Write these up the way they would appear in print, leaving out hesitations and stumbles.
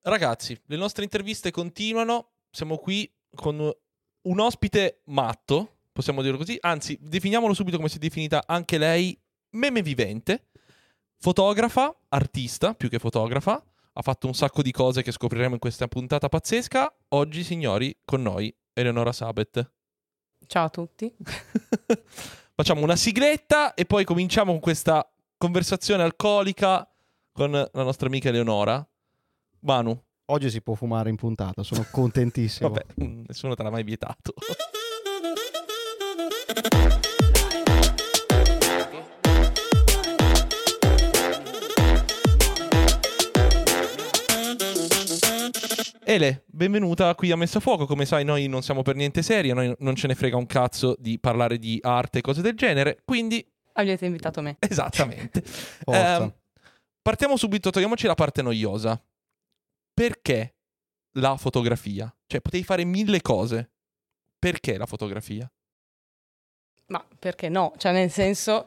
Ragazzi, le nostre interviste continuano. Siamo qui con un ospite matto, possiamo dirlo così. Anzi, definiamolo subito come si è definita anche lei, meme vivente, fotografa, artista più che fotografa. Ha fatto un sacco di cose che scopriremo in questa puntata pazzesca. Oggi, signori, con noi Eleonora Sabet. Ciao a tutti. Facciamo una sigletta e poi cominciamo con questa conversazione alcolica con la nostra amica Eleonora. Manu. Oggi si può fumare in puntata, sono contentissimo. Vabbè, nessuno te l'ha mai vietato. Ele, benvenuta qui a Messa a Fuoco. Come sai, noi non siamo per niente seri, a noi non ce ne frega un cazzo di parlare di arte e cose del genere, quindi... Avete invitato me. Esattamente. Forza. Partiamo subito, togliamoci la parte noiosa. Perché la fotografia? Cioè, potevi fare 1000 cose. Perché la fotografia? Ma perché no? Cioè, nel senso,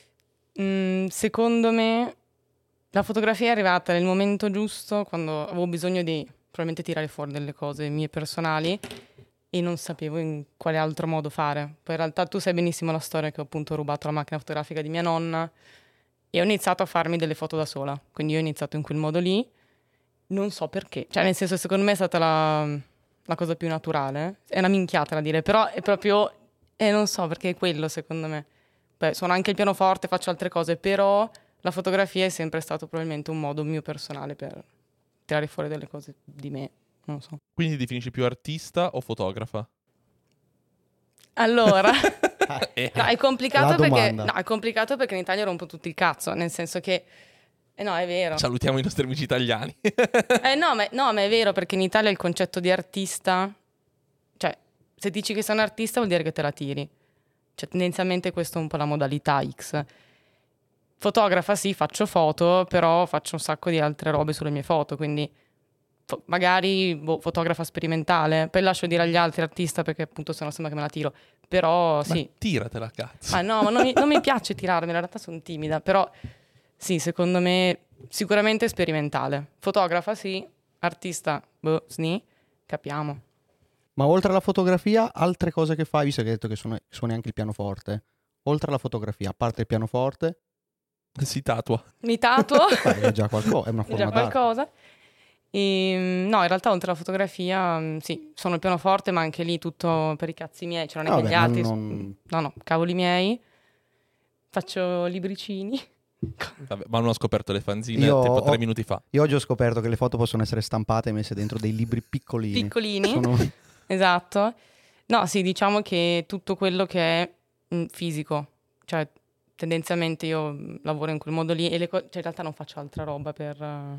secondo me la fotografia è arrivata nel momento giusto, quando avevo bisogno di probabilmente tirare fuori delle cose mie personali e non sapevo in quale altro modo fare. Poi in realtà tu sai benissimo la storia che ho appunto rubato la macchina fotografica di mia nonna e ho iniziato a farmi delle foto da sola. Quindi io ho iniziato in quel modo lì. Non so perché, cioè nel senso secondo me è stata la cosa più naturale, è una minchiata da dire, però è proprio, non so perché è quello secondo me. Beh, suono anche il pianoforte, faccio altre cose, però la fotografia è sempre stato probabilmente un modo mio personale per tirare fuori delle cose di me, non so. Quindi definisci più artista o fotografa? Allora, no, è complicato La è complicato perché in Italia rompo tutto il cazzo, nel senso che no, è vero. Salutiamo i nostri amici italiani. No, ma è vero, perché in Italia il concetto di artista, cioè, se dici che sei un artista vuol dire che te la tiri. Cioè, tendenzialmente questa è un po' la modalità X. Fotografa sì, faccio foto, però faccio un sacco di altre robe sulle mie foto, quindi magari fotografa sperimentale, poi lascio dire agli altri artista perché appunto sennò sembra che me la tiro. Però sì. Ma tiratela, cazzo. Ah no, ma non mi piace tirarmi, in realtà sono timida, però... Sì, secondo me sicuramente sperimentale. Fotografa sì, artista, sni, capiamo. Ma oltre alla fotografia, altre cose che fai, visto che hai detto che suoni anche il pianoforte, oltre alla fotografia, a parte il pianoforte, Si tatua. Mi tatuo. è già qualcosa, è una È forma già d'arte. qualcosa. No, in realtà oltre alla fotografia, sì, sono il pianoforte, ma anche lì tutto per i cazzi miei, cioè non è che gli altri... No, cavoli miei. Faccio libricini. Vabbè, ma non ho scoperto le fanzine Io tipo 3 ho- minuti fa. Io oggi ho scoperto che le foto possono essere stampate e messe dentro dei libri piccolini. Piccolini. Sono... Esatto. No, sì, diciamo che tutto quello che è fisico, cioè tendenzialmente io lavoro in quel modo lì e cioè, in realtà non faccio altra roba per...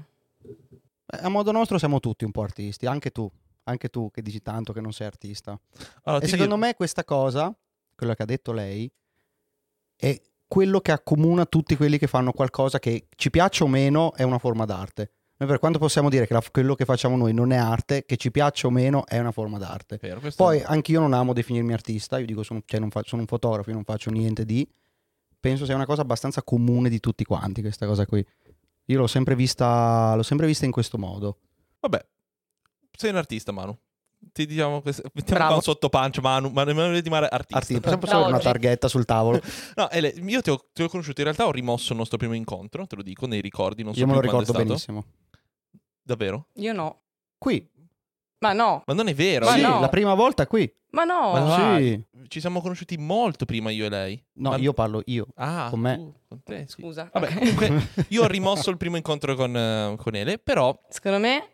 A modo nostro siamo tutti un po' artisti, anche tu che dici tanto che non sei artista. Allora, E secondo me questa cosa, quello che ha detto lei, è quello che accomuna tutti quelli che fanno qualcosa che ci piaccia o meno è una forma d'arte. Noi per quanto possiamo dire che quello che facciamo noi non è arte, che ci piaccia o meno è una forma d'arte. Vero, questo Poi è... anch'io non amo definirmi artista, io dico sono un fotografo, io non faccio niente di... Penso sia una cosa abbastanza comune di tutti quanti questa cosa qui. Io l'ho sempre vista in questo modo. Vabbè, sei un artista, Manu. Ti diciamo mettiamo Bravo. qua un sottopunch, Manu, ma non di mare artista. Possiamo avere una oggi. targhetta sul tavolo. No, Ele, io ti ho conosciuto, in realtà ho rimosso il nostro primo incontro, te lo dico, nei ricordi, non so Io me più lo quando è ricordo stato. benissimo. Davvero? Io no. Qui, Ma no. Ma non è vero. Ma sì, no. la prima volta qui. Ma no. Ma va, Sì. ci siamo conosciuti molto prima io e lei. No, Ma- io parlo io. Ah, con me. tu, con te, sì. Scusa. Vabbè, Ok. comunque io ho rimosso il primo incontro con Ele, però Secondo me...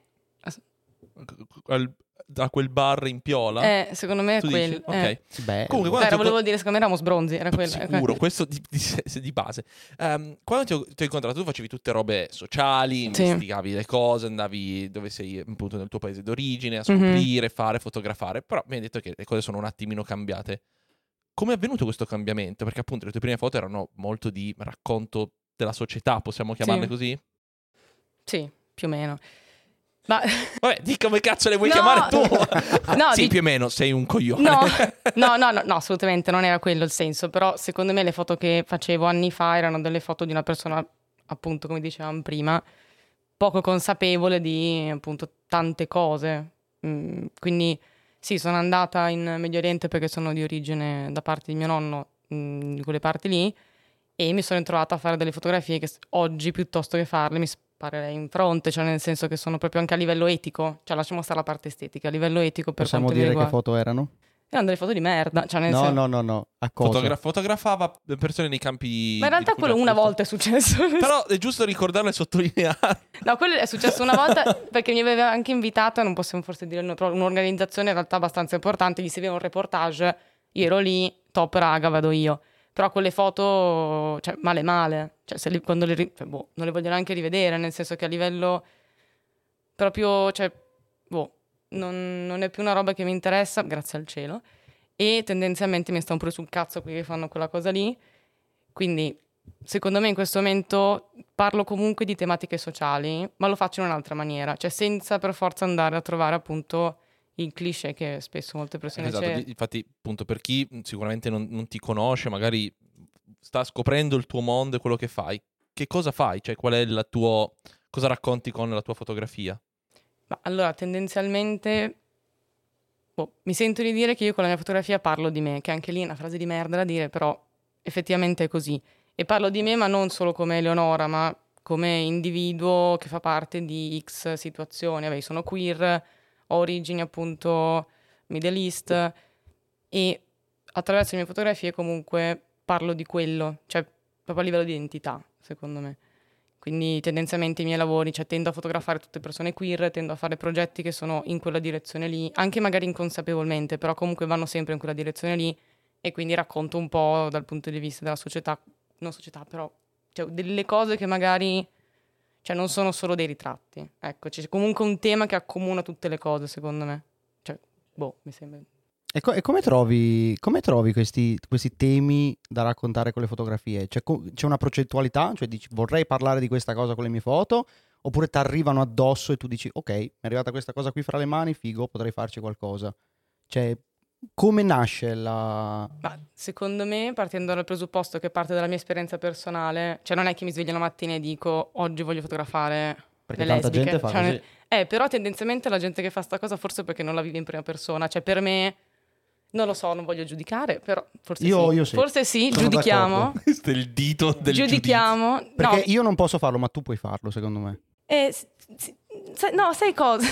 da quel bar in Piola. secondo me è Tu quello. dici? Ok. Beh, Comunque, quando ti ho volevo dire, secondo me eravamo sbronzi, era quello. sicuro, questo di base. Quando ti ho incontrato, tu facevi tutte robe sociali, Sì. investigavi le cose, andavi dove sei, appunto, nel tuo paese d'origine, a scoprire, fare, fotografare. Però mi hai detto che le cose sono un attimino cambiate. Come è avvenuto questo cambiamento? Perché appunto le tue prime foto erano molto di racconto della società, possiamo chiamarle Sì. così? Sì, più o meno. Ma Vabbè, di come cazzo le vuoi No. chiamare tu? No, sì, più o meno, sei un coglione. no, assolutamente non era quello il senso, però secondo me le foto che facevo anni fa erano delle foto di una persona, appunto, come dicevamo prima, poco consapevole di appunto tante cose. Quindi sì, sono andata in Medio Oriente perché sono di origine da parte di mio nonno, di quelle parti lì, e mi sono ritrovata a fare delle fotografie che oggi, piuttosto che farle, mi sparerei in fronte, cioè nel senso che sono proprio anche a livello etico, cioè lasciamo stare la parte estetica, a livello etico per Possiamo quanto mi dire che riguarda. foto erano? Erano delle foto di merda, cioè nel No, senso... no, a cosa? Fotografava persone nei campi. Ma in realtà di quello una rifugiati, volta è successo. Però è giusto ricordarlo e sottolineare. No, quello è successo una volta perché mi aveva anche invitato, non possiamo forse dire il nome, però un'organizzazione in realtà abbastanza importante, gli serviva un reportage, io ero lì, top raga, vado io. Però quelle foto, cioè male, cioè quando cioè, non le voglio neanche rivedere, nel senso che a livello proprio, cioè, non è più una roba che mi interessa, grazie al cielo, e tendenzialmente mi stanno pure sul cazzo quelli che fanno quella cosa lì, quindi secondo me in questo momento parlo comunque di tematiche sociali, ma lo faccio in un'altra maniera, cioè senza per forza andare a trovare appunto il cliché che spesso molte persone Esatto, infatti appunto per chi sicuramente non ti conosce, magari sta scoprendo il tuo mondo e quello che fai, che cosa fai? Cioè qual è cosa racconti con la tua fotografia? Ma allora, tendenzialmente mi sento di dire che io con la mia fotografia parlo di me, che anche lì è una frase di merda da dire, però effettivamente è così. E parlo di me, ma non solo come Eleonora, ma come individuo che fa parte di X situazioni. Vabbè, sono queer, ho origini appunto Middle East e attraverso le mie fotografie comunque parlo di quello, cioè proprio a livello di identità, secondo me. Quindi tendenzialmente i miei lavori, cioè tendo a fotografare tutte persone queer, tendo a fare progetti che sono in quella direzione lì, anche magari inconsapevolmente, però comunque vanno sempre in quella direzione lì e quindi racconto un po' dal punto di vista della società, non società però, cioè delle cose che magari, cioè non sono solo dei ritratti, ecco, c'è comunque un tema che accomuna tutte le cose secondo me, cioè, mi sembra... E come trovi questi temi da raccontare con le fotografie? C'è una progettualità? Cioè dici vorrei parlare di questa cosa con le mie foto? Oppure ti arrivano addosso e tu dici ok, mi è arrivata questa cosa qui fra le mani, figo, potrei farci qualcosa. Cioè, come nasce la... Ma secondo me, partendo dal presupposto che parte dalla mia esperienza personale, cioè non è che mi sveglio la mattina e dico oggi voglio fotografare Perché le tanta lesbiche. gente fa Cioè, così. però tendenzialmente la gente che fa sta cosa forse perché non la vive in prima persona, cioè per me... Non lo so, non voglio giudicare, però forse Io sì. Forse sì, Sono giudichiamo. d'accordo. Questo è il dito del Giudichiamo. giudizio. Perché No, io non posso farlo, ma tu puoi farlo, secondo me. no, sai cosa?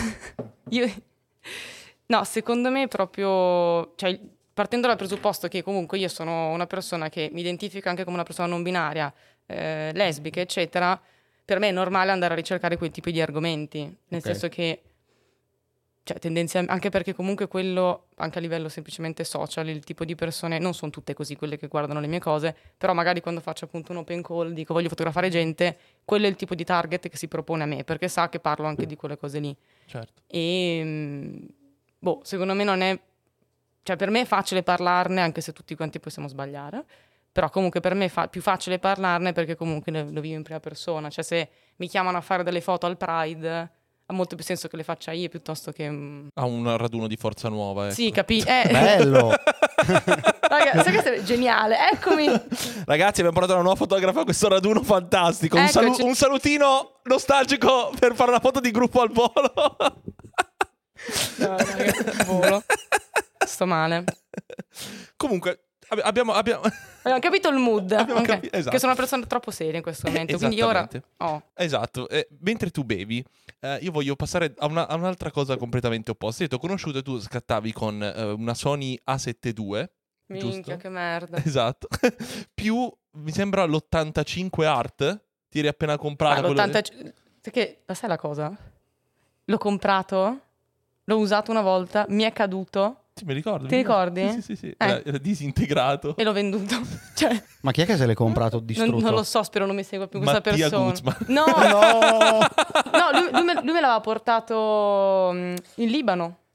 No, secondo me proprio... Cioè, partendo dal presupposto che comunque io sono una persona che mi identifica anche come una persona non binaria, lesbica, eccetera, per me è normale andare a ricercare quei tipi di argomenti. Nel senso che... Cioè, tendenzialmente, anche perché comunque quello, anche a livello semplicemente social, il tipo di persone, non sono tutte così quelle che guardano le mie cose, però magari quando faccio appunto un open call, dico voglio fotografare gente, quello è il tipo di target che si propone a me, perché sa che parlo anche di quelle cose lì. Certo. E, secondo me non è... Cioè, per me è facile parlarne, anche se tutti quanti possiamo sbagliare, però comunque per me è più facile parlarne perché comunque lo vivo in prima persona. Cioè, se mi chiamano a fare delle foto al Pride... ha molto più senso che le faccia io piuttosto che... Ha un raduno di Forza Nuova, ecco. Sì, Bello! Raga, sai che è geniale, eccomi! Ragazzi, abbiamo portato una nuova fotografa a questo raduno fantastico. Eccoci. Un salutino nostalgico per fare una foto di gruppo al volo. No, raga, volo. Sto male. Comunque, abbiamo capito il mood. Abbiamo Ok. esatto. Che sono una persona troppo seria in questo momento. Quindi ora... Esatto. Mentre tu bevi, io voglio passare a un'altra cosa completamente opposta. Io ti ho conosciuto e tu scattavi con una Sony A7 II. Minchia, giusto? che merda. Esatto. Più, mi sembra, l'85 Art. Ti eri appena comprato. Perché, sai la cosa? L'ho comprato, l'ho usato una volta, mi è caduto... Sì, mi ricordo. Ti ricordi? Sì. Era disintegrato. E l'ho venduto. Cioè, Ma chi è che se l'è comprato distrutto? non lo so, spero non mi segua più questa Mattia persona. Guzman. No, no, lui me l'aveva portato in Libano.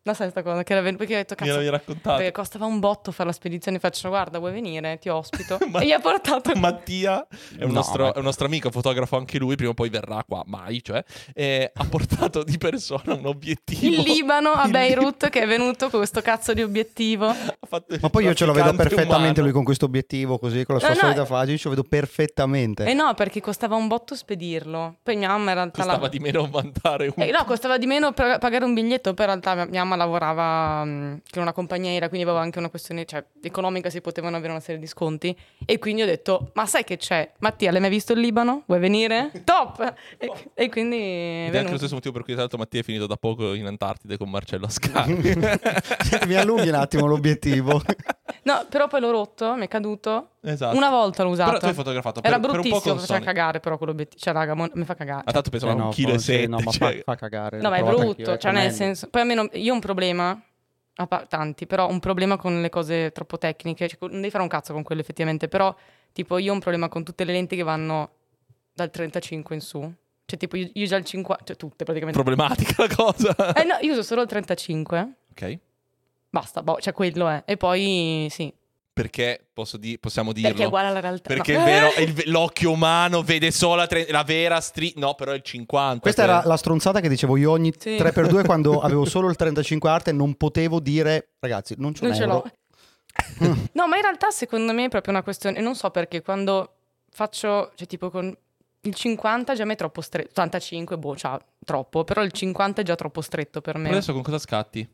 La sai sta cosa? Che era perché ho detto, Mi cazzo, l'avevi raccontato. perché costava un botto fare la spedizione. Faccio, guarda, vuoi venire? Ti ospito. Ma- E gli ha portato... Mattia è un, No, nostro, ma- è un nostro amico, fotografo anche lui, prima o poi verrà qua, mai, cioè, e ha portato di persona un obiettivo. Il Libano a Il Beirut che è venuto con questo cazzo di obiettivo. Ha fatto il Ma poi io ce lo vedo trafficante perfettamente umano. lui con questo obiettivo, così, con la sua No, no. solita faccia, io ce lo vedo perfettamente. Eh no, perché costava un botto spedirlo. Poi mia mamma in realtà... Costava di meno mandare un... No, costava di meno per pagare un biglietto. Poi in realtà mia mamma lavorava con una compagnia aerea, quindi aveva anche una questione, cioè, economica, si potevano avere una serie di sconti. E quindi ho detto, ma sai che c'è? Mattia, l'hai mai visto il Libano? Vuoi venire? Top! E quindi è Ed è anche venuto. lo stesso motivo per cui tra l'altro Mattia è finito da poco in Antartide con Marcello Ascari. Senti, mi allunghi un attimo l'obiettivo. No, però poi l'ho rotto, mi è caduto. Esatto. Una volta l'ho usato. Però tu hai fotografato Era per un po' bruttissimo, con faceva Sony. cagare però quell'obiettivo. Cioè, raga, mi fa cagare. A tanto pesava no, 1,7 kg. sì, no, ma Cioè... fa cagare. No, ma è l'ho provato brutto, anch'io, cioè è nel tremendo. senso... Poi almeno io ho un problema, tanti, però un problema con le cose troppo tecniche. Cioè, non devi fare un cazzo con quello effettivamente, però tipo io ho un problema con tutte le lenti che vanno dal 35 in su. Cioè tipo io già il 50, cioè tutte praticamente. Problematica la cosa. No, io uso solo il 35, Ok. basta, boh, cioè quello è. E poi sì, Perché possiamo dirlo? perché è uguale alla realtà. Perché no. è vero, l'occhio umano vede solo la vera no, però è il 50. Questa era la stronzata che dicevo io ogni Sì. 3x2 quando avevo solo il 35 arte non potevo dire ragazzi non c'è un Non ce euro. l'ho. No, ma in realtà secondo me è proprio una questione, non so perché quando faccio, cioè tipo con il 50 già a me è troppo stretto, 85 boh, ciao, troppo, però il 50 è già troppo stretto per me. Adesso con cosa scatti?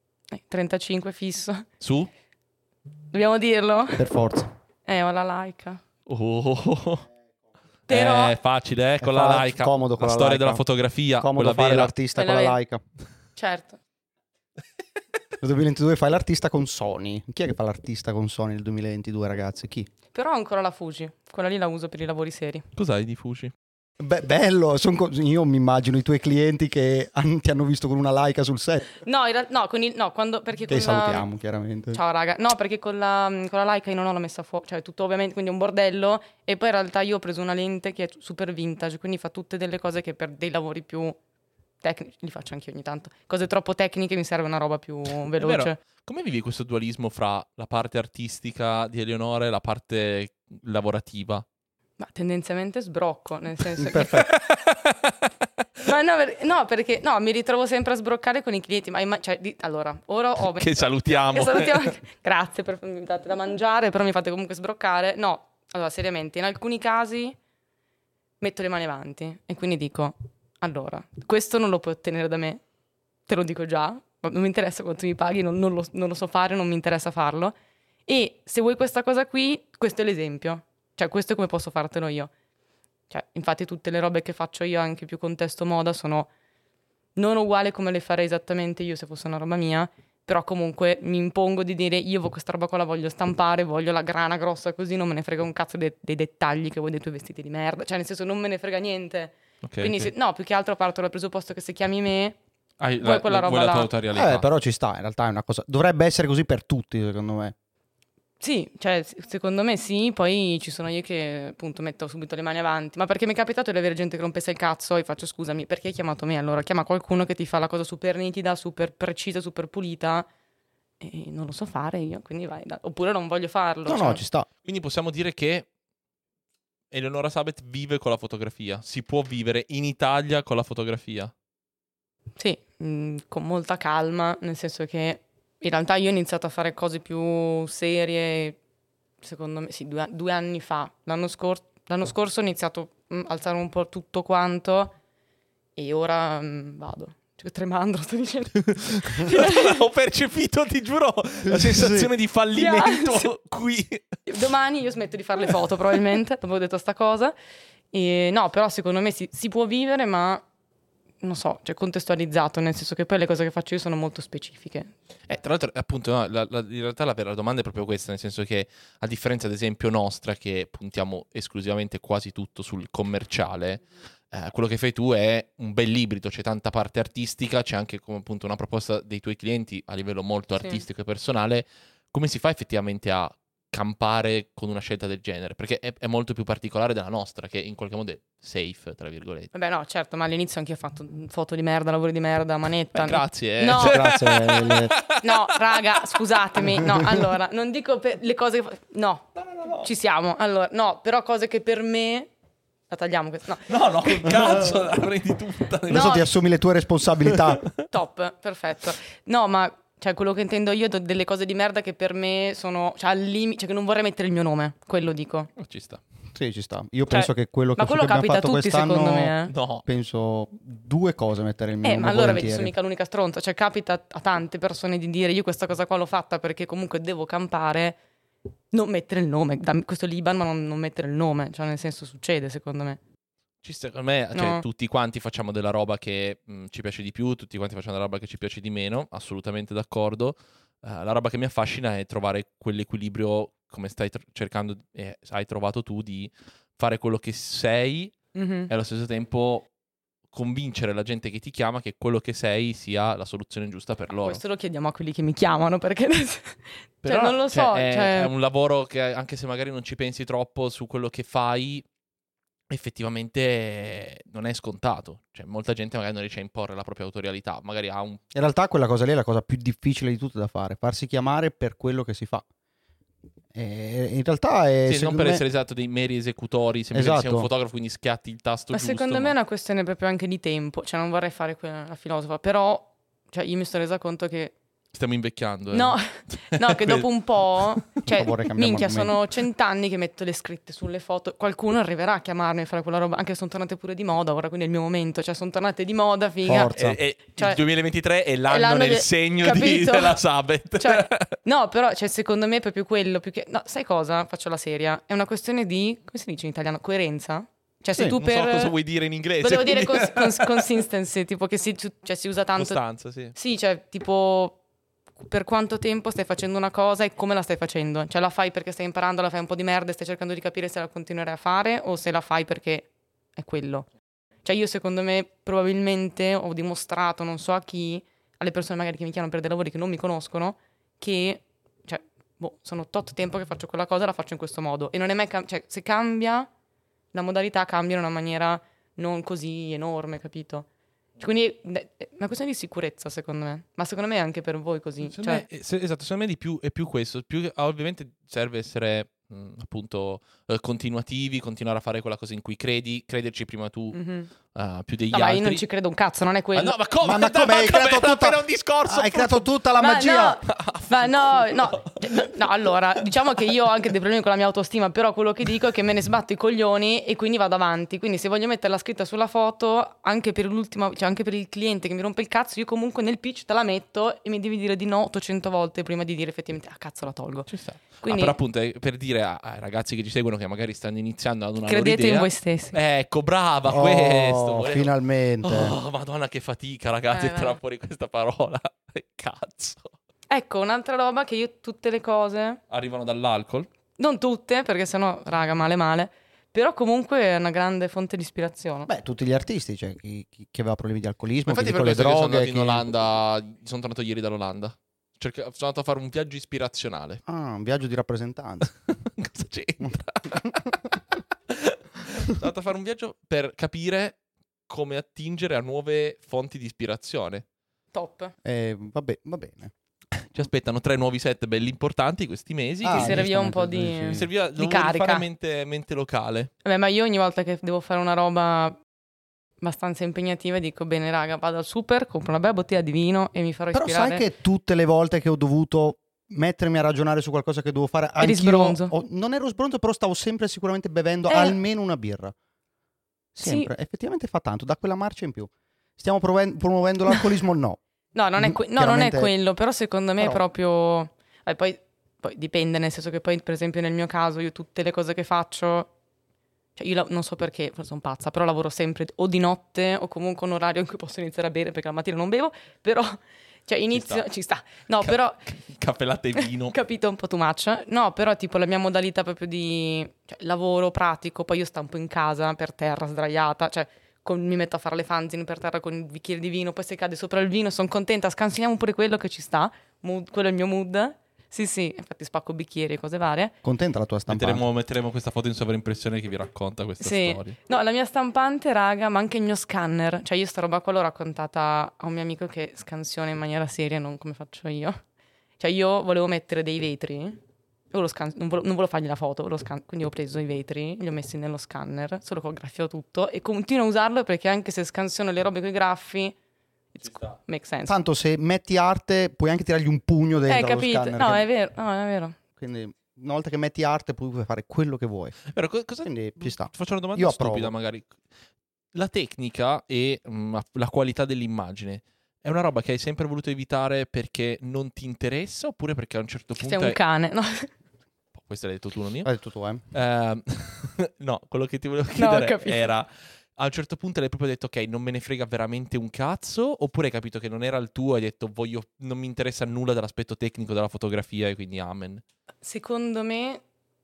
35 fisso. Su? Dobbiamo dirlo? Per forza. Ho la Leica. Oh. Però- È facile, con la facile, Leica. comodo con la la storia Leica. della fotografia. Comodo quella fare vera. l'artista con Quella la vera. Leica. Certo. Nel 2022 fai l'artista con Sony. Chi è che fa l'artista con Sony nel 2022, ragazzi? Chi? Però ho ancora la Fuji. Quella lì la uso per i lavori seri. Cos'hai di Fuji? Beh, bello, io mi immagino i tuoi clienti che ti hanno visto con una Leica sul set. No, quando perché Che con la... salutiamo, chiaramente. Ciao raga. No, perché con la Leica io non ho la messa a fuoco, cioè tutto ovviamente, quindi è un bordello. E poi in realtà io ho preso una lente che è super vintage, quindi fa tutte delle cose che per dei lavori più tecnici, li faccio anche io ogni tanto. Cose troppo tecniche mi serve una roba più È veloce. vero. Come vivi questo dualismo fra la parte artistica di Eleonora e la parte lavorativa? Ma tendenzialmente sbrocco, nel senso che... Perfetto. Ma no, perché no, mi ritrovo sempre a sbroccare con i clienti. Allora, ora ho... Che salutiamo. Che salutiamo. Grazie per mi date da mangiare, però mi fate comunque sbroccare. No, allora, seriamente, in alcuni casi metto le mani avanti e quindi dico, allora, questo non lo puoi ottenere da me, te lo dico già, non mi interessa quanto mi paghi, non lo so fare, non mi interessa farlo. E se vuoi questa cosa qui, questo è l'esempio. Cioè, questo è come posso fartelo io. Cioè, infatti tutte le robe che faccio io, anche più contesto moda, sono non uguali come le farei esattamente io se fosse una roba mia, però comunque mi impongo di dire io questa roba qua la voglio stampare, voglio la grana grossa così, non me ne frega un cazzo dei dettagli che vuoi dei tuoi vestiti di merda, cioè nel senso non me ne frega niente. Ok, Quindi ok. no, più che altro parto dal presupposto che se chiami me, Hai vuoi quella roba vuoi la là. tua autorialità. Però ci sta, in realtà è una cosa. Dovrebbe essere così per tutti, secondo me. sì, cioè secondo me sì, poi ci sono io che appunto metto subito le mani avanti, ma perché mi è capitato di avere gente che rompesse il cazzo e faccio scusami, perché hai chiamato me? Allora chiama qualcuno che ti fa la cosa super nitida, super precisa, super pulita e non lo so fare io, quindi vai, oppure non voglio farlo. No, cioè. no, ci sta. Quindi possiamo dire che Eleonora Sabet vive con la fotografia. Si può vivere in Italia con la fotografia. Sì, con molta calma, nel senso che in realtà io ho iniziato a fare cose più serie, secondo me, sì, 2 anni fa. L'anno scorso ho iniziato a alzare un po' tutto quanto e ora vado. Cioè, tremando, sto dicendo. Ho percepito, ti giuro, la sensazione di fallimento Sì. qui. Domani io smetto di fare le foto probabilmente, dopo che ho detto sta cosa. E, no, però secondo me si può vivere, ma non so, cioè contestualizzato, nel senso che poi le cose che faccio io sono molto specifiche. Tra l'altro, appunto, no, in realtà la vera domanda è proprio questa, nel senso che, a differenza, ad esempio, nostra, che puntiamo esclusivamente quasi tutto sul commerciale, quello che fai tu è un bel ibrido, c'è tanta parte artistica, c'è anche come appunto una proposta dei tuoi clienti a livello molto Sì. artistico e personale. Come si fa effettivamente a campare con una scelta del genere, perché è molto più particolare della nostra, che in qualche modo è safe, tra virgolette. Vabbè, no, certo, ma all'inizio anche io ho fatto foto di merda, lavori di merda, manetta. Beh, grazie. No, Grazie. no, raga, scusatemi. No, allora, non dico per le cose no. Ci siamo. Allora, no, però cose che per me la tagliamo questa. No, che cazzo, la prendi tutta. Adesso ti assumi le tue responsabilità. Top, perfetto. No, ma cioè quello che intendo io delle cose di merda che per me sono cioè al limite, cioè che non vorrei mettere il mio nome, quello dico. Ci sta. Sì, ci sta. Io penso che quello che Ma quello abbiamo capita a fatto tutti quest'anno, secondo me. No. penso 2 cose mettere il mio nome Ma allora vedi, volentieri. sono mica l'unica stronza. Cioè, capita a tante persone di dire io questa cosa qua l'ho fatta perché comunque devo campare, non mettere il nome. Dammi questo l'IBAN, ma non mettere il nome. Cioè, nel senso, succede, secondo me. Ci sta, secondo me, cioè, No. tutti quanti facciamo della roba che ci piace di più, tutti quanti facciamo della roba che ci piace di meno, assolutamente d'accordo. La roba che mi affascina è trovare quell'equilibrio, come stai cercando e hai trovato tu, di fare quello che sei Mhm. e allo stesso tempo convincere la gente che ti chiama che quello che sei sia la soluzione giusta per loro. Questo lo chiediamo a quelli che mi chiamano perché Però, non lo so. È un lavoro che, anche se magari non ci pensi troppo su quello che fai, effettivamente non è scontato. Cioè, molta gente magari non riesce a imporre la propria autorialità, magari ha un... In realtà quella cosa lì è la cosa più difficile di tutte da fare, farsi chiamare per quello che si fa. E in realtà è Sì, non secondo per me- essere esatto dei meri esecutori, sembra che sei un Esatto. fotografo, quindi schiatti il tasto Ma giusto. secondo me è una questione proprio anche di tempo. Cioè, non vorrei fare la filosofa, però cioè, io mi sono resa conto che Stiamo invecchiando. no, no, che dopo un po', cioè, Per favore, cambiamo minchia, argomento. sono 100 anni che metto le scritte sulle foto. Qualcuno arriverà a chiamarmi e fare quella roba, anche se sono tornate pure di moda ora, quindi è il mio momento. Cioè, sono tornate di moda, figa. Forza. Cioè, il 2023 è l'anno l'anno nel de- segno capito? della Sabbath. Cioè, no, però, cioè, secondo me è proprio quello. Più che... No, sai cosa? Faccio la seria. È una questione di, come si dice in italiano? Coerenza? Cioè, se Sì, tu Non per... so cosa vuoi dire in inglese. Volevo dire quindi- consistency, tipo che si usa tanto. Costanza, sì. Sì, cioè, tipo, per quanto tempo stai facendo una cosa e come la stai facendo? Cioè, la fai perché stai imparando, la fai un po' di merda e stai cercando di capire se la continuerai a fare o se la fai perché è quello. Cioè, io secondo me probabilmente ho dimostrato, non so a chi, alle persone magari che mi chiamano per dei lavori che non mi conoscono, che, cioè, sono tot tempo che faccio quella cosa e la faccio in questo modo. E non è mai cioè, se cambia, la modalità cambia in una maniera non così enorme, capito? Cioè, quindi è una questione di sicurezza, secondo me. Ma secondo me è anche per voi così. Secondo Cioè, me, esatto, secondo me è più questo. Ovviamente serve essere appunto continuativi, continuare a fare quella cosa in cui credi, crederci prima tu mhm. più degli No, ma altri. io non ci credo un cazzo, non è quello. Ma no, ma come? Ma come hai creato era tutta appena un discorso. Hai creato tutta la Ma magia. no, ma no, allora, diciamo che io ho anche dei problemi con la mia autostima, però quello che dico è che me ne sbatto i coglioni e quindi vado avanti. Quindi se voglio mettere la scritta sulla foto, anche per l'ultima, cioè anche per il cliente che mi rompe il cazzo, io comunque nel pitch te la metto e mi devi dire di no 800 volte prima di dire effettivamente, cazzo la tolgo. Ci sta. Quindi Però appunto è per dire ai ragazzi che ci seguono che magari stanno iniziando ad una credete loro idea, in voi stessi. Ecco, brava, Oh, questo. finalmente. Oh, madonna che fatica, ragazzi, no. tirare fuori questa parola. Cazzo. Ecco, un'altra roba che io tutte le cose, Arrivano dall'alcol? non tutte, perché sennò, raga, male, però comunque è una grande fonte di ispirazione. Beh, tutti gli artisti, cioè chi aveva problemi di alcolismo, Ma chi infatti con per le questo che sono droghe. andato in Olanda, sono tornato ieri dall'Olanda. Sono andato a fare un viaggio ispirazionale. Ah, un viaggio di rappresentanza. Cosa c'entra? Sono andato a fare un viaggio per capire come attingere a nuove fonti di ispirazione. Top. Vabbè, va bene. Ci aspettano 3 nuovi set belli importanti questi mesi. Ah, Ti serviva un po' giustamente, di... Mi serviva di dovevo fare carica. mente locale. Vabbè, ma io ogni volta che devo fare una roba abbastanza impegnativa dico, bene raga, vado al super, compro una bella bottiglia di vino e mi farò Però ispirare. sai che tutte le volte che ho dovuto mettermi a ragionare su qualcosa che dovevo fare, Eri anch'io sbronzo. non ero sbronzo, però stavo sempre sicuramente bevendo Eh. almeno una birra. Sempre, effettivamente fa tanto, da quella marcia in più. Stiamo promuovendo l'alcolismo? No. No, non è, non è Chiaramente- quello, però secondo me è Però- proprio... poi dipende, nel senso che poi, per esempio, nel mio caso, io tutte le cose che faccio... Cioè, io non so perché, forse sono pazza, però lavoro sempre o di notte o comunque un orario in cui posso iniziare a bere perché la mattina non bevo, però... Cioè, inizio... sta. Ci sta. No, però... Caffè latte e vino. Capito, un po' too much. No, però tipo la mia modalità proprio di cioè, lavoro pratico, poi io stampo in casa per terra sdraiata, cioè mi metto a fare le fanzine per terra con il bicchiere di vino, poi se cade sopra il vino sono contenta, scansiniamo pure quello che ci sta, quello è il mio mood. Sì, infatti spacco bicchieri e cose varie. Contenta la tua stampante? Metteremo questa foto in sovraimpressione che vi racconta questa storia. No, la mia stampante, raga, ma anche il mio scanner. Cioè, io sta roba qua l'ho raccontata a un mio amico che scansiona in maniera seria, non come faccio io. Cioè, io volevo mettere dei vetri. Non volevo fargli la foto, quindi ho preso i vetri, li ho messi nello scanner, solo che ho graffiato tutto e continuo a usarlo perché anche se scansiono le robe con i graffi, makes sense. Tanto se metti arte puoi anche tirargli un pugno dentro allo capito? scanner. No, è vero, no, è vero. Quindi una volta che metti arte puoi fare quello che vuoi. Però Quindi ci sta. Ti faccio una domanda Io stupida approvo. magari. La tecnica e la qualità dell'immagine è una roba che hai sempre voluto evitare perché non ti interessa oppure perché a un certo punto Sei un cane, no? Questo l'hai detto tu, non io? L'hai detto tu, No, quello che ti volevo No, ho chiedere capito. era a un certo punto l'hai proprio detto ok, non me ne frega veramente un cazzo, oppure hai capito che non era il tuo e hai detto non mi interessa nulla dell'aspetto tecnico della fotografia e quindi amen. Secondo me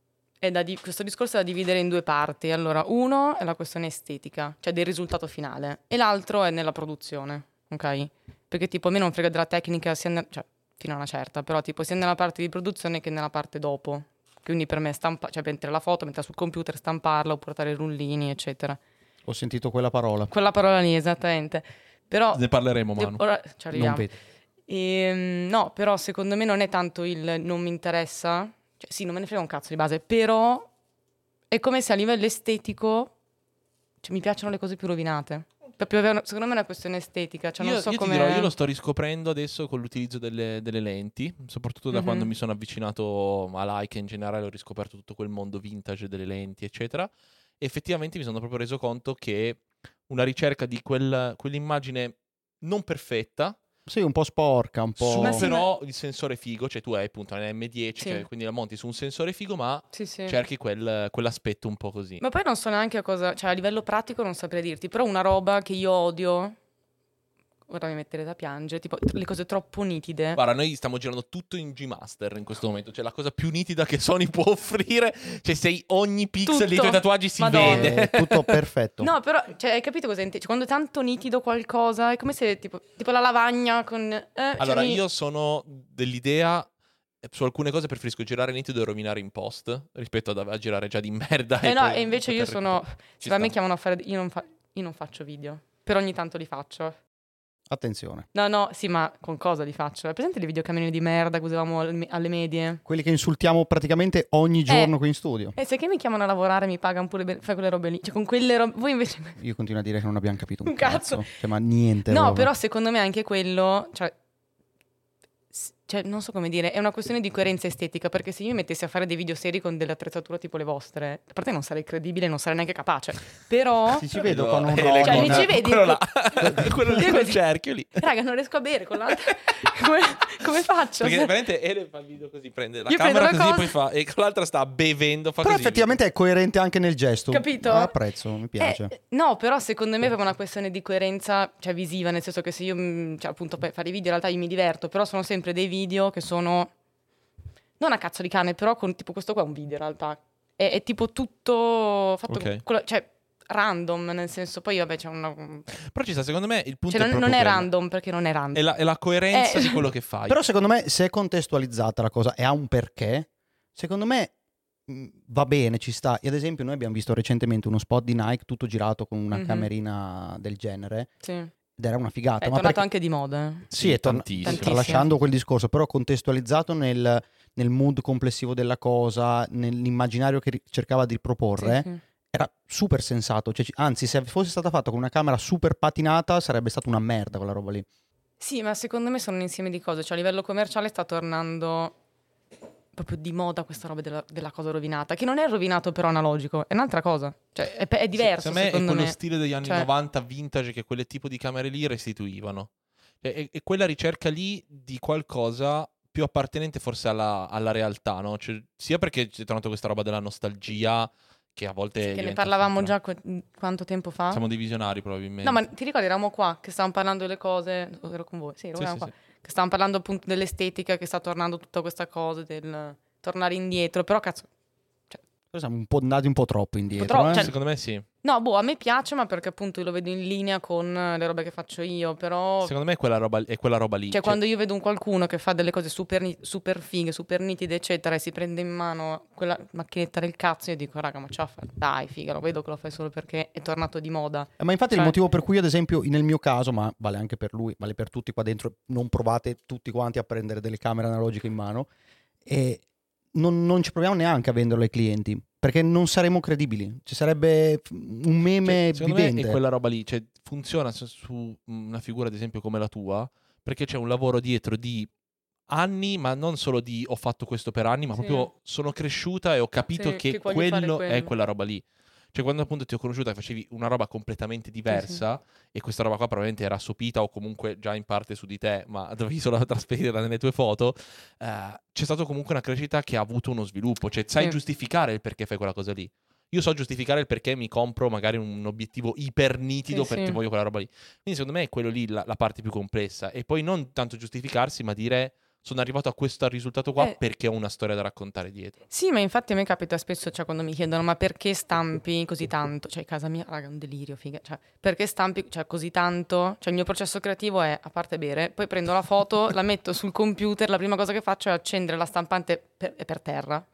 questo discorso è da dividere in due parti. Allora, uno è la questione estetica, cioè del risultato finale, e l'altro è nella produzione, ok? Perché tipo a me non frega della tecnica cioè fino a una certa, però tipo sia nella parte di produzione che nella parte dopo. Quindi per me cioè prendere la foto, metterla sul computer, stamparla o portare i rullini, eccetera. Ho sentito quella parola. Quella parola lì, esattamente. Però Ne parleremo, Manu. ora ci arriviamo. Non vedo. No, però secondo me non è tanto il non mi interessa. Cioè, sì, non me ne frega un cazzo di base, però è come se a livello estetico mi piacciono le cose più rovinate. Secondo me è una questione estetica. Cioè, non so io come. ti dirò, io lo sto riscoprendo adesso con l'utilizzo delle lenti, soprattutto da quando mi sono avvicinato a Leica in generale, ho riscoperto tutto quel mondo vintage delle lenti, eccetera. E effettivamente mi sono proprio reso conto che una ricerca di quell'immagine non perfetta, Sì, un po' sporca, un po'... però il sensore figo, cioè tu hai appunto un M10, Sì. quindi la monti su un sensore figo, ma Sì. cerchi quell'aspetto un po' così. Ma poi non so neanche a cosa. Cioè, a livello pratico non saprei dirti. Però una roba che io odio. Ora mi mettere da piangere. Tipo, le cose troppo nitide. Guarda, noi stiamo girando tutto in G-Master in questo momento, cioè la cosa più nitida che Sony può offrire, cioè ogni pixel dei Tutto. tuoi tatuaggi si Madonna. vede. È tutto perfetto. No, però, cioè, hai capito cosa intendo? Cioè, quando è tanto nitido qualcosa, è come se tipo la lavagna con. Allora, io sono dell'idea, su alcune cose preferisco girare nitido e rovinare in post, rispetto a girare già di merda. No, poi e invece io poter sono. recuperare. Ci Se a me sta. chiamano a fare. Io non faccio video. Però ogni tanto li faccio. Attenzione. No, sì, ma con cosa li faccio? Hai presente le videocamere di merda che usavamo alle medie? Quelli che insultiamo praticamente ogni giorno qui in studio. E se che mi chiamano a lavorare mi pagano pure fai quelle robe lì. Cioè, con quelle robe. Voi invece. Io continuo a dire che non abbiamo capito un Un cazzo. cazzo. Cioè, ma niente. No, proprio. però secondo me anche quello. Cioè, non so come dire, è una questione di coerenza estetica, perché se io mi mettessi a fare dei video seri con delle attrezzature tipo le vostre, a parte non sarei credibile, non sarei neanche capace, però. Sì, ci vedo con un Cioè, Cioè, mi Ronin. ci vedi? quello là, quello lì Io col così. cerchio lì. Raga, non riesco a bere con l'altra. come faccio? Perché veramente Ele fa il video così, prende la Io prendo camera la così, cosa- poi fa, e con l'altra sta bevendo, fa Però così. effettivamente è coerente anche nel gesto. Capito? Apprezzo, mi piace. No, però secondo me è proprio una questione di coerenza, cioè visiva, nel senso che se io, cioè, appunto, per fare i video in realtà io mi diverto, però sono sempre dei video che sono, non a cazzo di cane, però con tipo questo qua è un video in realtà. È tipo tutto fatto, Ok. cioè random, nel senso, poi vabbè c'è una. Però ci sta, secondo me il punto Cioè è non proprio è quello. random perché non è random. È la coerenza di quello che fai. Però secondo me se è contestualizzata la cosa e ha un perché, secondo me va bene, ci sta. E ad esempio noi abbiamo visto recentemente uno spot di Nike tutto girato con una camerina del genere Sì. ed era una figata. È ma tornato perché... anche di moda. Sì, è tantissimo. tralasciando quel discorso, però contestualizzato nel mood complessivo della cosa, nell'immaginario che cercava di proporre, Sì. era super sensato. Cioè, anzi, se fosse stata fatta con una camera super patinata, sarebbe stata una merda quella roba lì. Sì, ma secondo me sono un insieme di cose. Cioè, a livello commerciale sta tornando proprio di moda questa roba della cosa rovinata. Che non è rovinato però analogico, è un'altra cosa. Cioè, è diverso, Secondo me è secondo quello me. stile degli anni Cioè- 90 vintage che quelle tipo di camere lì restituivano. È quella ricerca lì di qualcosa più appartenente forse alla realtà, no? Cioè, sia perché c'è tornato questa roba della nostalgia che a volte Che ne diventa parlavamo sempre- già quanto tempo fa? Siamo dei visionari probabilmente. No, ma ti ricordi, eravamo qua, che stavamo parlando delle cose. Ero con voi, sì, eravamo sì, qua. sì. Che stavamo parlando appunto dell'estetica, che sta tornando tutta questa cosa del tornare indietro. Però cazzo, Siamo un po' andati un po' troppo indietro. troppo, cioè- Secondo me sì. No, boh, a me piace, ma perché appunto io lo vedo in linea con le robe che faccio io, però... Secondo me è quella roba lì. Cioè, quando io vedo un qualcuno che fa delle cose super fighe, super nitide, eccetera, e si prende in mano quella macchinetta del cazzo, io dico, raga, ma dai, figa, lo vedo che lo fai solo perché è tornato di moda. Ma infatti Cioè- il motivo per cui, ad esempio, nel mio caso, ma vale anche per lui, vale per tutti qua dentro, non provate tutti quanti a prendere delle camere analogiche in mano e non ci proviamo neanche a venderlo ai clienti, perché non saremo credibili. Ci sarebbe un meme Secondo vivente. me è quella roba lì, cioè funziona su una figura ad esempio come la tua, perché c'è un lavoro dietro di anni, ma non solo di ho fatto questo per anni, ma Sì. proprio sono cresciuta e ho capito Sì, che che voglio fare quello è quello. quella roba lì. Cioè quando appunto ti ho conosciuta e facevi una roba completamente diversa e questa roba qua probabilmente era sopita o comunque già in parte su di te, ma dovevi solo trasferirla nelle tue foto, c'è stato comunque una crescita che ha avuto uno sviluppo, cioè sai Sì. giustificare il perché fai quella cosa lì. Io so giustificare il perché mi compro magari un obiettivo iper nitido Sì, perché sì. voglio quella roba lì. Quindi secondo me è quello lì la parte più complessa. E poi non tanto giustificarsi, ma dire sono arrivato a questo risultato qua perché ho una storia da raccontare dietro. Sì, ma infatti a me capita spesso, cioè, quando mi chiedono ma perché stampi così tanto? Cioè, casa mia, raga, è un delirio, figa. Cioè, perché stampi, cioè, così tanto? Cioè, il mio processo creativo è, a parte bere, poi prendo la foto, la metto sul computer, la prima cosa che faccio è accendere la stampante per terra.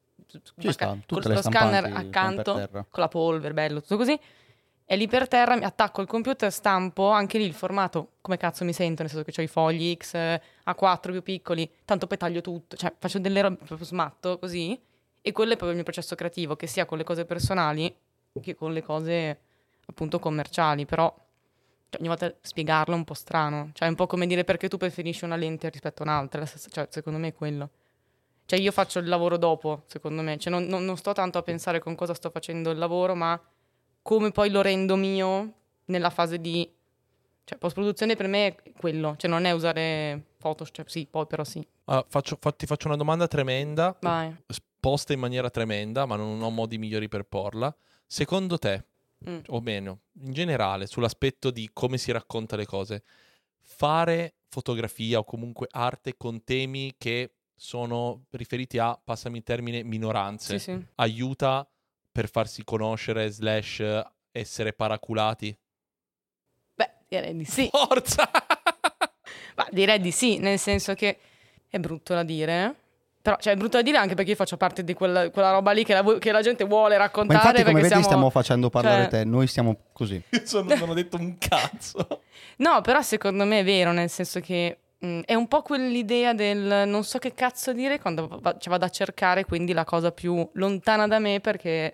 Ci sta, Con tutte le lo stampanti scanner sono per accanto, terra. con la polvere, bello, tutto così. E lì per terra mi attacco il computer, stampo, anche lì il formato, come cazzo mi sento, nel senso che ho i fogli X, A4 più piccoli, tanto poi taglio tutto, cioè faccio delle robe proprio smatto così, e quello è proprio il mio processo creativo, che sia con le cose personali che con le cose appunto commerciali, però cioè, ogni volta spiegarlo è un po' strano, cioè è un po' come dire perché tu preferisci una lente rispetto a un'altra, cioè secondo me è quello. Cioè io faccio il lavoro dopo, secondo me, cioè non sto tanto a pensare con cosa sto facendo il lavoro, ma come poi lo rendo mio nella fase di... Cioè, post-produzione per me è quello, cioè non è usare Photoshop, cioè sì, poi però sì. Ti faccio una domanda tremenda, Vai. posta in maniera tremenda, ma non ho modi migliori per porla. Secondo te, o meno, in generale, sull'aspetto di come si racconta le cose, fare fotografia o comunque arte con temi che sono riferiti a, passami il termine, minoranze, Sì, sì. aiuta per farsi conoscere / essere paraculati? Beh, direi di sì. Forza! Ma direi di sì, nel senso che è brutto da dire, però cioè è brutto da dire anche perché io faccio parte di quella roba lì che la gente vuole Ma raccontare. infatti, come perché vedi, siamo... stiamo facendo parlare cioè- te. Noi stiamo così. Io non ho detto un cazzo. No, però secondo me è vero, nel senso che è un po' quell'idea del non so che cazzo dire quando vado a cercare quindi la cosa più lontana da me, perché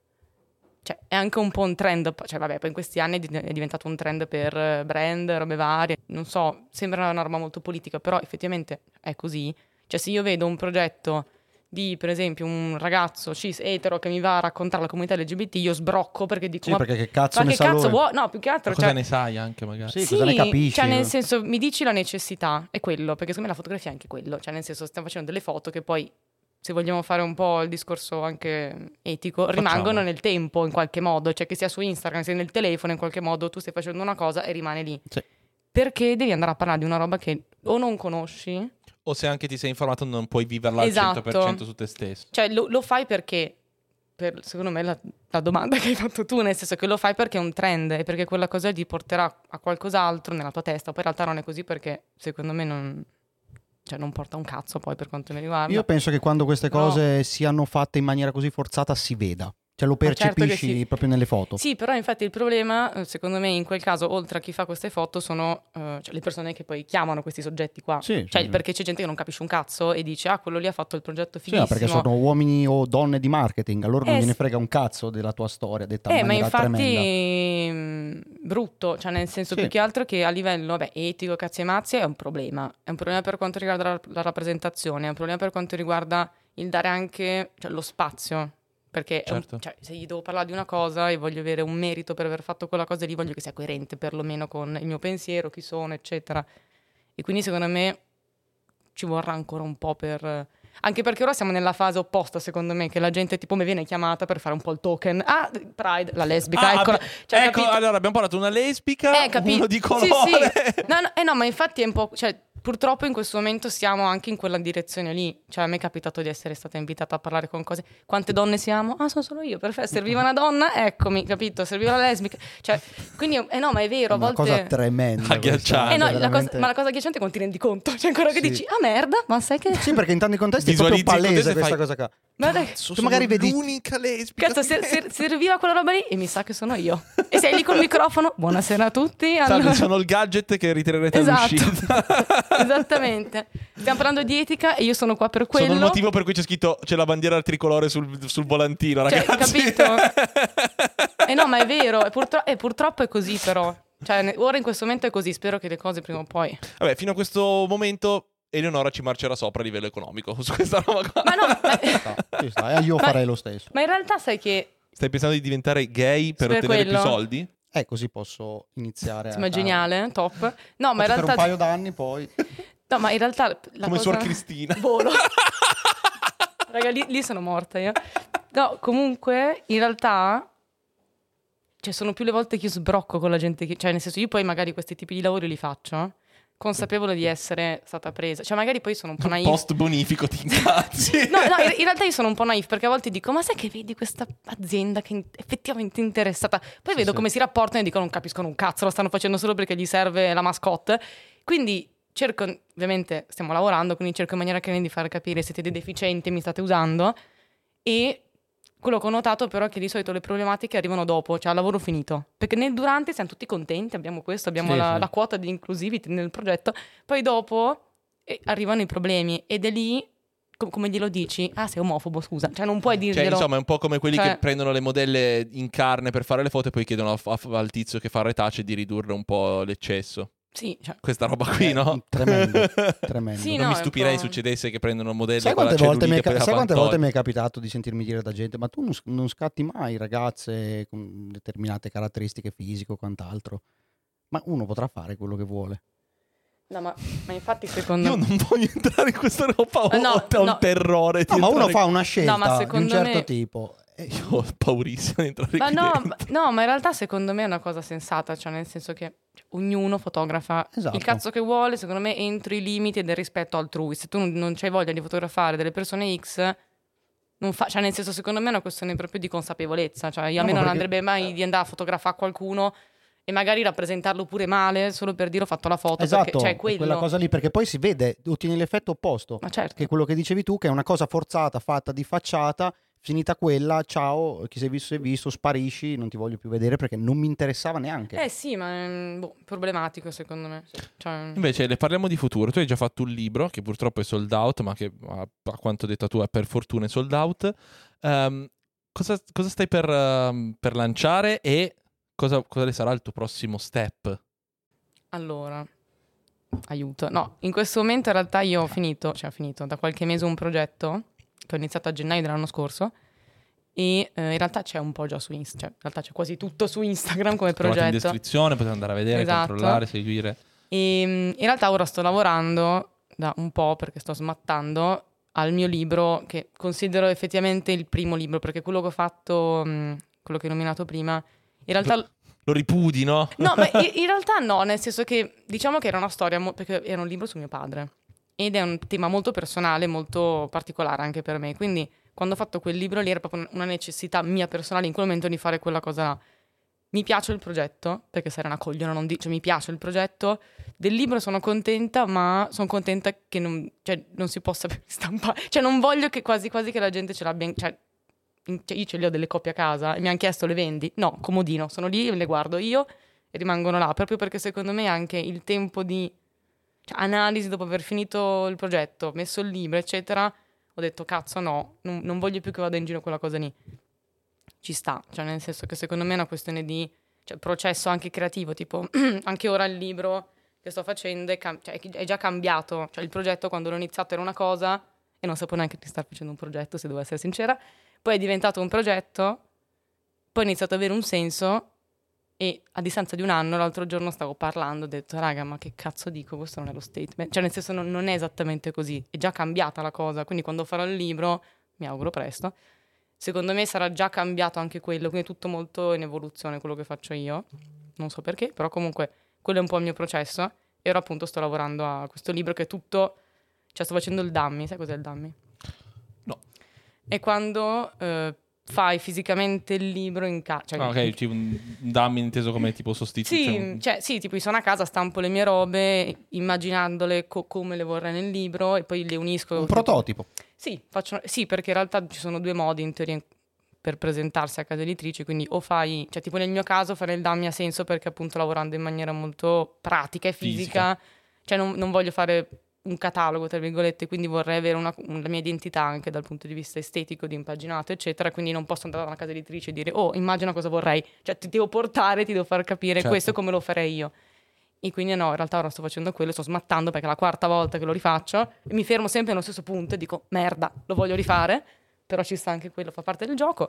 cioè, è anche un po' un trend, cioè vabbè, poi in questi anni è diventato un trend per brand, robe varie, non so, sembra una roba molto politica, però effettivamente è così. Cioè se io vedo un progetto di, per esempio, un ragazzo cis etero che mi va a raccontare la comunità LGBT, io sbrocco perché dico, Sì, ma perché che cazzo ma ne che sa cazzo lui? vuoi? No, più che altro, Ma cosa cioè, ne sai anche magari? Sì, cosa ne capisci? cioè nel senso, mi dici la necessità, è quello, perché secondo me la fotografia è anche quello, cioè nel senso stiamo facendo delle foto che poi, se vogliamo fare un po' il discorso anche etico, rimangono nel tempo in qualche modo, cioè che sia su Instagram, sia nel telefono, in qualche modo tu stai facendo una cosa e rimane lì. Sì. Perché devi andare a parlare di una roba che o non conosci, O se anche ti sei informato non puoi viverla Esatto. al 100% su te stesso. cioè lo fai perché, secondo me la domanda che hai fatto tu, nel senso che lo fai perché è un trend e perché quella cosa ti porterà a qualcos'altro nella tua testa, poi in realtà non è così perché secondo me non porta un cazzo poi per quanto mi riguarda. Io penso che quando queste Però- cose siano fatte in maniera così forzata si veda. Cioè lo Ma certo che percepisci sì. proprio nelle foto. Sì, però infatti il problema, secondo me, in quel caso, oltre a chi fa queste foto, sono cioè, le persone che poi chiamano questi soggetti qua. Sì, Cioè, sì. perché c'è gente che non capisce un cazzo e dice, ah, quello lì ha fatto il progetto Sì, ma fighissimo. perché sono uomini o donne di marketing, a loro non gliene sì. frega un cazzo della tua storia, detta in Ma maniera tremenda. infatti brutto, cioè nel senso Sì. più che altro che a livello etico, cazzi e mazzi è un problema. È un problema per quanto riguarda la rappresentazione, è un problema per quanto riguarda il dare anche lo spazio. Perché Certo. cioè, se gli devo parlare di una cosa e voglio avere un merito per aver fatto quella cosa lì, voglio che sia coerente perlomeno con il mio pensiero, chi sono, eccetera. E quindi secondo me ci vorrà ancora un po' per Anche perché ora siamo nella fase opposta, secondo me, che la gente tipo mi viene chiamata per fare un po' il token. Ah, Pride, la lesbica, eccola. Cioè, ecco, capito? allora abbiamo parlato una lesbica, uno di colore. Sì. No, ma infatti è un po'... Cioè, purtroppo in questo momento siamo anche in quella direzione lì. Cioè, a me è capitato di essere stata invitata a parlare con cose. Quante donne siamo? Ah, sono solo io, perfetto. Serviva una donna? Eccomi, capito? Serviva una lesbica. Cioè, quindi, no, ma è vero, a Una volte... cosa tremenda. Agghiacciante. No, veramente... ma la cosa ghiacciante è quando ti rendi conto. Cioè, ancora che Sì. dici, ah merda, ma sai che... Sì, perché in tanti contesti è proprio Visualizzi il palese contesto e questa fai- cosa qua. Ma dai, Cazzo, Tu magari sono vedi- l'unica lesbica. cazzo, serviva quella roba lì e mi sa che sono io. E sei lì col microfono. Buonasera a tutti. Salve, allora- sono il gadget che ritirerete Esatto. all'uscita. Esattamente. Stiamo parlando di etica e io sono qua per quello. Sono il motivo per cui c'è scritto c'è la bandiera tricolore sul volantino, Cioè, ragazzi. capito? No, ma è vero, e purtroppo è così però. Cioè, ora in questo momento è così, spero che le cose prima o poi... Vabbè, fino a questo momento Eleonora ci marcerà sopra a livello economico su questa roba qua. Ma no, Ci sta, io farei lo stesso. ma in realtà sai che... Stai pensando di diventare gay per Per ottenere quello? più soldi? Così posso iniziare Insomma, a... geniale, top. No, ma in Per realtà... un paio d'anni poi... No, ma in realtà... La Come cosa... Suor Cristina. Volo. Raga, lì sono morta io. No, comunque, in realtà... Cioè, sono più le volte che io sbrocco con la gente che... Cioè, nel senso, io poi magari questi tipi di lavori li faccio, consapevole di essere stata presa. Cioè, magari poi sono un po' naif. Post bonifico ti incazzi. No, in realtà io sono un po' naif perché a volte dico, ma sai che vedi questa azienda che è effettivamente interessata? Poi vedo sì. come si rapportano e dico, non capiscono un cazzo, lo stanno facendo solo perché gli serve la mascotte. Quindi cerco, ovviamente stiamo lavorando, quindi cerco in maniera carina di far capire siete dei deficienti, mi state usando. E quello che ho notato però è che di solito le problematiche arrivano dopo, cioè al lavoro finito. Perché nel durante siamo tutti contenti, abbiamo questo, abbiamo Sì, la, sì. la quota di inclusivity nel progetto. Poi dopo arrivano i problemi ed è lì, come glielo dici? Ah, sei omofobo, scusa. Cioè non puoi dirglielo. Cioè, insomma, è un po' come quelli Cioè- che prendono le modelle in carne per fare le foto e poi chiedono al tizio che fa il retouch di ridurre un po' l'eccesso. Sì, cioè... Questa roba qui, no? Tremendo, tremendo. Sì, Non no, mi è un stupirei po'- succedesse che prendono modelle Sai con la quante volte mi cellulite è, e poi sai la quante volte pantoglia? mi è capitato di sentirmi dire da gente ma tu non scatti mai ragazze con determinate caratteristiche fisiche o quant'altro, ma uno potrà fare quello che vuole. No, ma infatti secondo Io non voglio entrare in questa roba, No, ho un no. terrore di No, ma uno entrare- fa una scelta No, ma di un secondo certo me- tipo. Io ho paurissimo di entrare Ma qui no, dentro. ma in realtà secondo me è una cosa sensata, cioè nel senso che ognuno fotografa Esatto. il cazzo che vuole, secondo me entro i limiti del rispetto altrui. Se tu non c'hai voglia di fotografare delle persone X, non fa, cioè nel senso secondo me è una questione proprio di consapevolezza, cioè io a No, me ma non perché- andrebbe mai di andare a fotografare qualcuno e magari rappresentarlo pure male solo per dire ho fatto la foto, Esatto, perché cioè è quello. quella cosa lì, perché poi si vede, ottieni l'effetto opposto, Ma certo. che è quello che dicevi tu, che è una cosa forzata, fatta di facciata, finita quella, ciao, chi si è visto si è visto, sparisci, non ti voglio più vedere perché non mi interessava neanche. Sì, ma è problematico secondo me. Sì. Cioè, Invece le parliamo di futuro. Tu hai già fatto un libro che purtroppo è sold out, ma che a quanto detto tu è per fortuna è sold out. Cosa stai per lanciare e cosa ne sarà il tuo prossimo step? allora, aiuto. No, in questo momento in realtà io ho finito da qualche mese un progetto che ho iniziato a gennaio dell'anno scorso e in realtà c'è un po' già su Instagram, cioè in realtà c'è quasi tutto su Instagram come Trovate in progetto. descrizione, potete andare a vedere, Esatto. controllare, seguire. E in realtà ora sto lavorando da un po' perché sto smattando al mio libro che considero effettivamente il primo libro perché quello che ho fatto, quello che ho nominato prima, in realtà... Lo ripudi, no? No, ma in realtà no, nel senso che diciamo che era una storia, perché era un libro su mio padre ed è un tema molto personale, molto particolare anche per me, quindi quando ho fatto quel libro lì era proprio una necessità mia personale in quel momento di fare quella cosa là. Mi piace il progetto, perché se era una cogliona non dice, mi piace il progetto, del libro sono contenta, ma sono contenta che non si possa più stampare, cioè non voglio che quasi quasi che la gente ce l'abbia, cioè io ce li ho delle copie a casa e mi hanno chiesto le vendi? No, comodino, sono lì, le guardo io e rimangono là, proprio perché secondo me anche il tempo di analisi dopo aver finito il progetto, messo il libro, eccetera, ho detto cazzo no, non voglio più che vada in giro quella cosa lì. Ci sta, cioè nel senso che secondo me è una questione di processo anche creativo, tipo anche ora il libro che sto facendo è già cambiato, cioè il progetto quando l'ho iniziato era una cosa e non sapevo neanche di star facendo un progetto, se devo essere sincera. Poi è diventato un progetto, poi è iniziato ad avere un senso E a distanza di un anno, l'altro giorno stavo parlando, ho detto, raga, ma che cazzo dico? Questo non è lo statement. Cioè, nel senso, non è esattamente così. È già cambiata la cosa. Quindi quando farò il libro, mi auguro presto, secondo me sarà già cambiato anche quello. Quindi è tutto molto in evoluzione quello che faccio io. Non so perché, però comunque quello è un po' il mio processo. E ora appunto sto lavorando a questo libro che è tutto... Cioè, sto facendo il dummy. Sai cos'è il dummy? No. È quando... fai fisicamente il libro in casa. Cioè, Ok, tipo un dummy inteso come tipo sostituto. Sì, tipo io sono a casa, stampo le mie robe, immaginandole come le vorrei nel libro e poi le unisco. Un prototipo. Sì, sì, perché in realtà ci sono 2 modi in teoria per presentarsi a case editrici, quindi o fai, cioè tipo nel mio caso fare il dummy ha senso perché appunto lavorando in maniera molto pratica e fisica. Cioè non voglio fare un catalogo, tra virgolette, quindi vorrei avere la mia identità anche dal punto di vista estetico, di impaginato, eccetera, quindi non posso andare da una casa editrice e dire, oh, immagina cosa vorrei, cioè ti devo portare, ti devo far capire questo come lo farei io. E quindi no, in realtà ora sto facendo quello, sto smattando perché è la 4ª volta che lo rifaccio e mi fermo sempre nello stesso punto e dico, merda, lo voglio rifare, però ci sta anche quello, fa parte del gioco.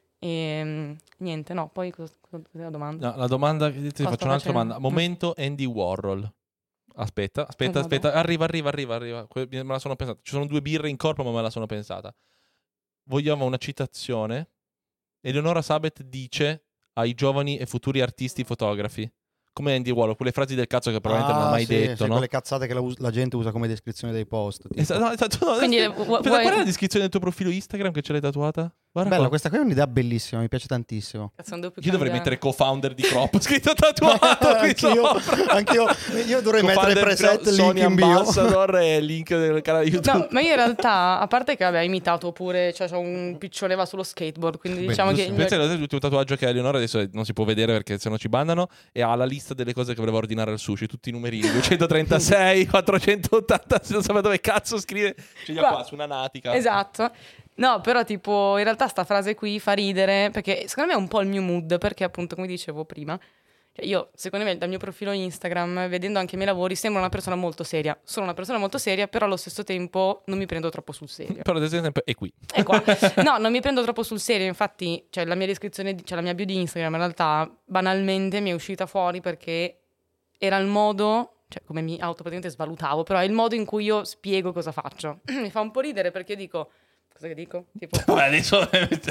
E niente, no, poi cosa è la domanda? No, la domanda, ti faccio un'altra domanda. Momento Andy Warhol. Aspetta, arriva. Me la sono pensata. Ci sono 2 birre in corpo, ma me la sono pensata. Vogliamo una citazione? Eleonora Sabet dice ai giovani e futuri artisti fotografi, come Andy Warhol, quelle frasi del cazzo che probabilmente non ha mai detto, no? Quelle cazzate che la gente usa come descrizione dei post. Tipo. Esatto. Quindi, qual è la descrizione del tuo profilo Instagram che ce l'hai tatuata? Guarda Bella, qua. questa qui è un'idea bellissima, mi piace tantissimo. Io dovrei mettere co-founder di Crop scritto tatuato qui Anch'io dovrei mettere preset, link Sony in bio. Ambassador e link del canale YouTube. No, ma io in realtà, a parte che vabbè, imitato pure, cioè c'ho un piccione va sullo skateboard, quindi diciamo che... Pensa all'ultimo tatuaggio che ha Eleonora, adesso non si può vedere perché se no ci bannano, e ha la lista delle cose che voleva ordinare al sushi, tutti i numerini, 236, 480, non so dove cazzo scrive, ce li ha qua su una natica. Esatto. No, però tipo in realtà sta frase qui fa ridere perché secondo me è un po' il mio mood, perché appunto come dicevo prima, cioè io secondo me dal mio profilo Instagram, vedendo anche i miei lavori, sembro una persona molto seria. Sono una persona molto seria, però allo stesso tempo non mi prendo troppo sul serio. Però ad esempio è qui. È qua. No, non mi prendo troppo sul serio, infatti cioè, la mia descrizione, cioè la mia bio di Instagram in realtà banalmente mi è uscita fuori perché era il modo... Cioè, come mi praticamente svalutavo, però è il modo in cui io spiego cosa faccio. Mi fa un po' ridere perché dico... Cosa che dico? Tipo... adesso...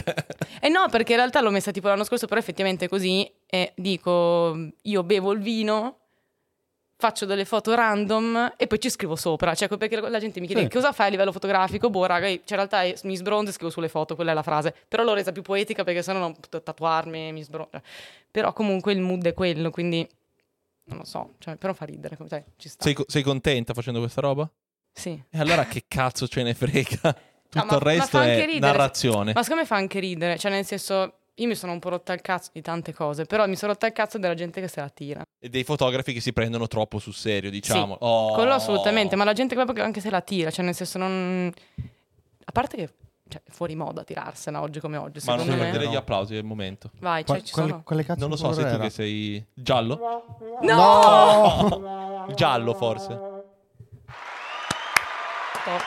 no, perché in realtà l'ho messa tipo l'anno scorso, però effettivamente è così. E dico, io bevo il vino, faccio delle foto random e poi ci scrivo sopra. Cioè, perché la gente mi chiede cosa fai a livello fotografico? Boh, raga, cioè in realtà mi sbronzo e scrivo sulle foto, quella è la frase. Però l'ho resa più poetica perché sennò non potevo tatuarmi, mi sbronzo. Però comunque il mood è quello, quindi... Non lo so, cioè, però fa ridere, cioè, ci sta. Sei contenta facendo questa roba? Sì. E allora che cazzo ce ne frega? Tutto No, il resto è narrazione. Ma secondo me fa anche ridere, cioè nel senso, io mi sono un po' rotta il cazzo di tante cose, però mi sono rotta il cazzo della gente che se la tira. E dei fotografi che si prendono troppo sul serio, diciamo. Sì, oh. quello assolutamente, ma la gente che anche se la tira, cioè nel senso non... A parte che cioè, è fuori moda tirarsela oggi come oggi, ma non secondo me. perdere gli applausi, è il momento. Vai, cioè ci sono. Quale cazzo non lo so, sei tu che sei... Giallo? No! Giallo, forse. Top.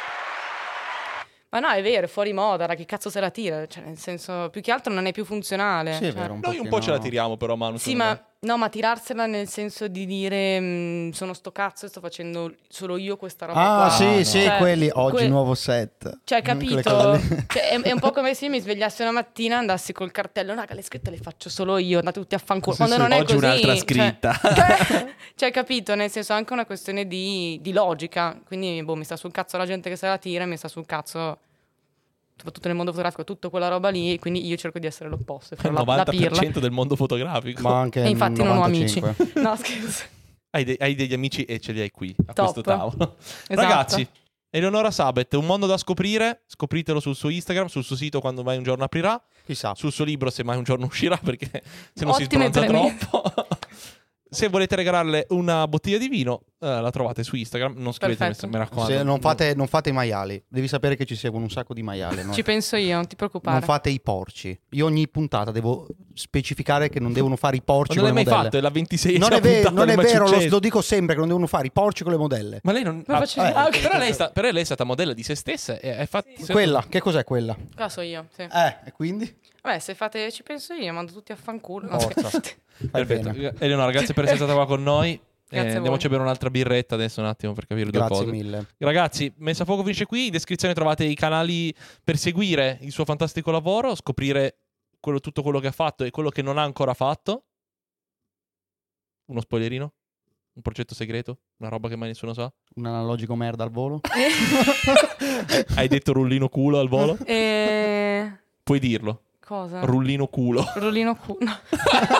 Ma no, è vero, è fuori moda, che cazzo se la tira? Cioè, nel senso, più che altro non è più funzionale. Sì, è cioè. vero, Noi un po' ce la tiriamo però, Manu. Sì, ma tirarsela nel senso di dire sono sto cazzo e sto facendo solo io questa roba qua. Sì, Cioè, quelli oggi nuovo set. Cioè, capito? Cioè, è un po' come se io mi svegliassi una mattina e andassi col cartello, raga, le scritte le faccio solo io, andate tutti a fanculo. Quando non è oggi così, un'altra scritta. Cioè, capito? Nel senso, è anche una questione di logica. Quindi, boh, mi sta sul cazzo la gente che se la tira e mi sta sul cazzo... soprattutto nel mondo fotografico, tutta quella roba lì, quindi io cerco di essere l'opposto, il 90% del mondo fotografico. Ma anche e infatti 95. non ho amici. No, scherzo. Hai degli amici e ce li hai qui, a Top. questo tavolo. Esatto. Ragazzi, Eleonora Sabet, un mondo da scoprire, scopritelo sul suo Instagram, sul suo sito quando mai un giorno aprirà, Chissà. sul suo libro se mai un giorno uscirà, perché se non Ottime si sbronza premesse. troppo. Se volete regalarle una bottiglia di vino, la trovate su Instagram. Non scrivete, Perfetto. mi raccomando. Se non fate i maiali, devi sapere che ci seguono un sacco di maiali. No? Ci penso io, non ti preoccupare. Non fate i porci. Io ogni puntata devo specificare che non devono fare i porci Ma non con l'hai le mai modelle. fatto? È la 26 Non è, non è mai vero, successo. lo dico sempre che non devono fare i porci con le modelle. Ma lei non... Ma faccio- però, lei è stata modella di se stessa e è fatta... Quella, che cos'è quella? Caso io, sì. E quindi? Vabbè, se fate, ci penso io, mando tutti a fanculo. No, Forza. scherzo. Fai Perfetto. bene. Eleonora, grazie per essere stata qua con noi. Grazie a Andiamoci a voi. bere un'altra birretta adesso un attimo per capire due Grazie cose. mille. Ragazzi, Messa a Fuoco finisce qui. In descrizione trovate i canali per seguire il suo fantastico lavoro, scoprire tutto quello che ha fatto e quello che non ha ancora fatto. Uno spoilerino? Un progetto segreto? Una roba che mai nessuno sa? Un analogico merda al volo. Hai detto rullino culo al volo? E... Puoi dirlo. Cosa? Rullino culo. Rullino culo.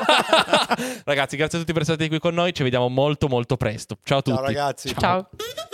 Ragazzi, grazie a tutti per essere stati qui con noi. Ci vediamo molto molto presto. Ciao a tutti. Ciao ragazzi. Ciao.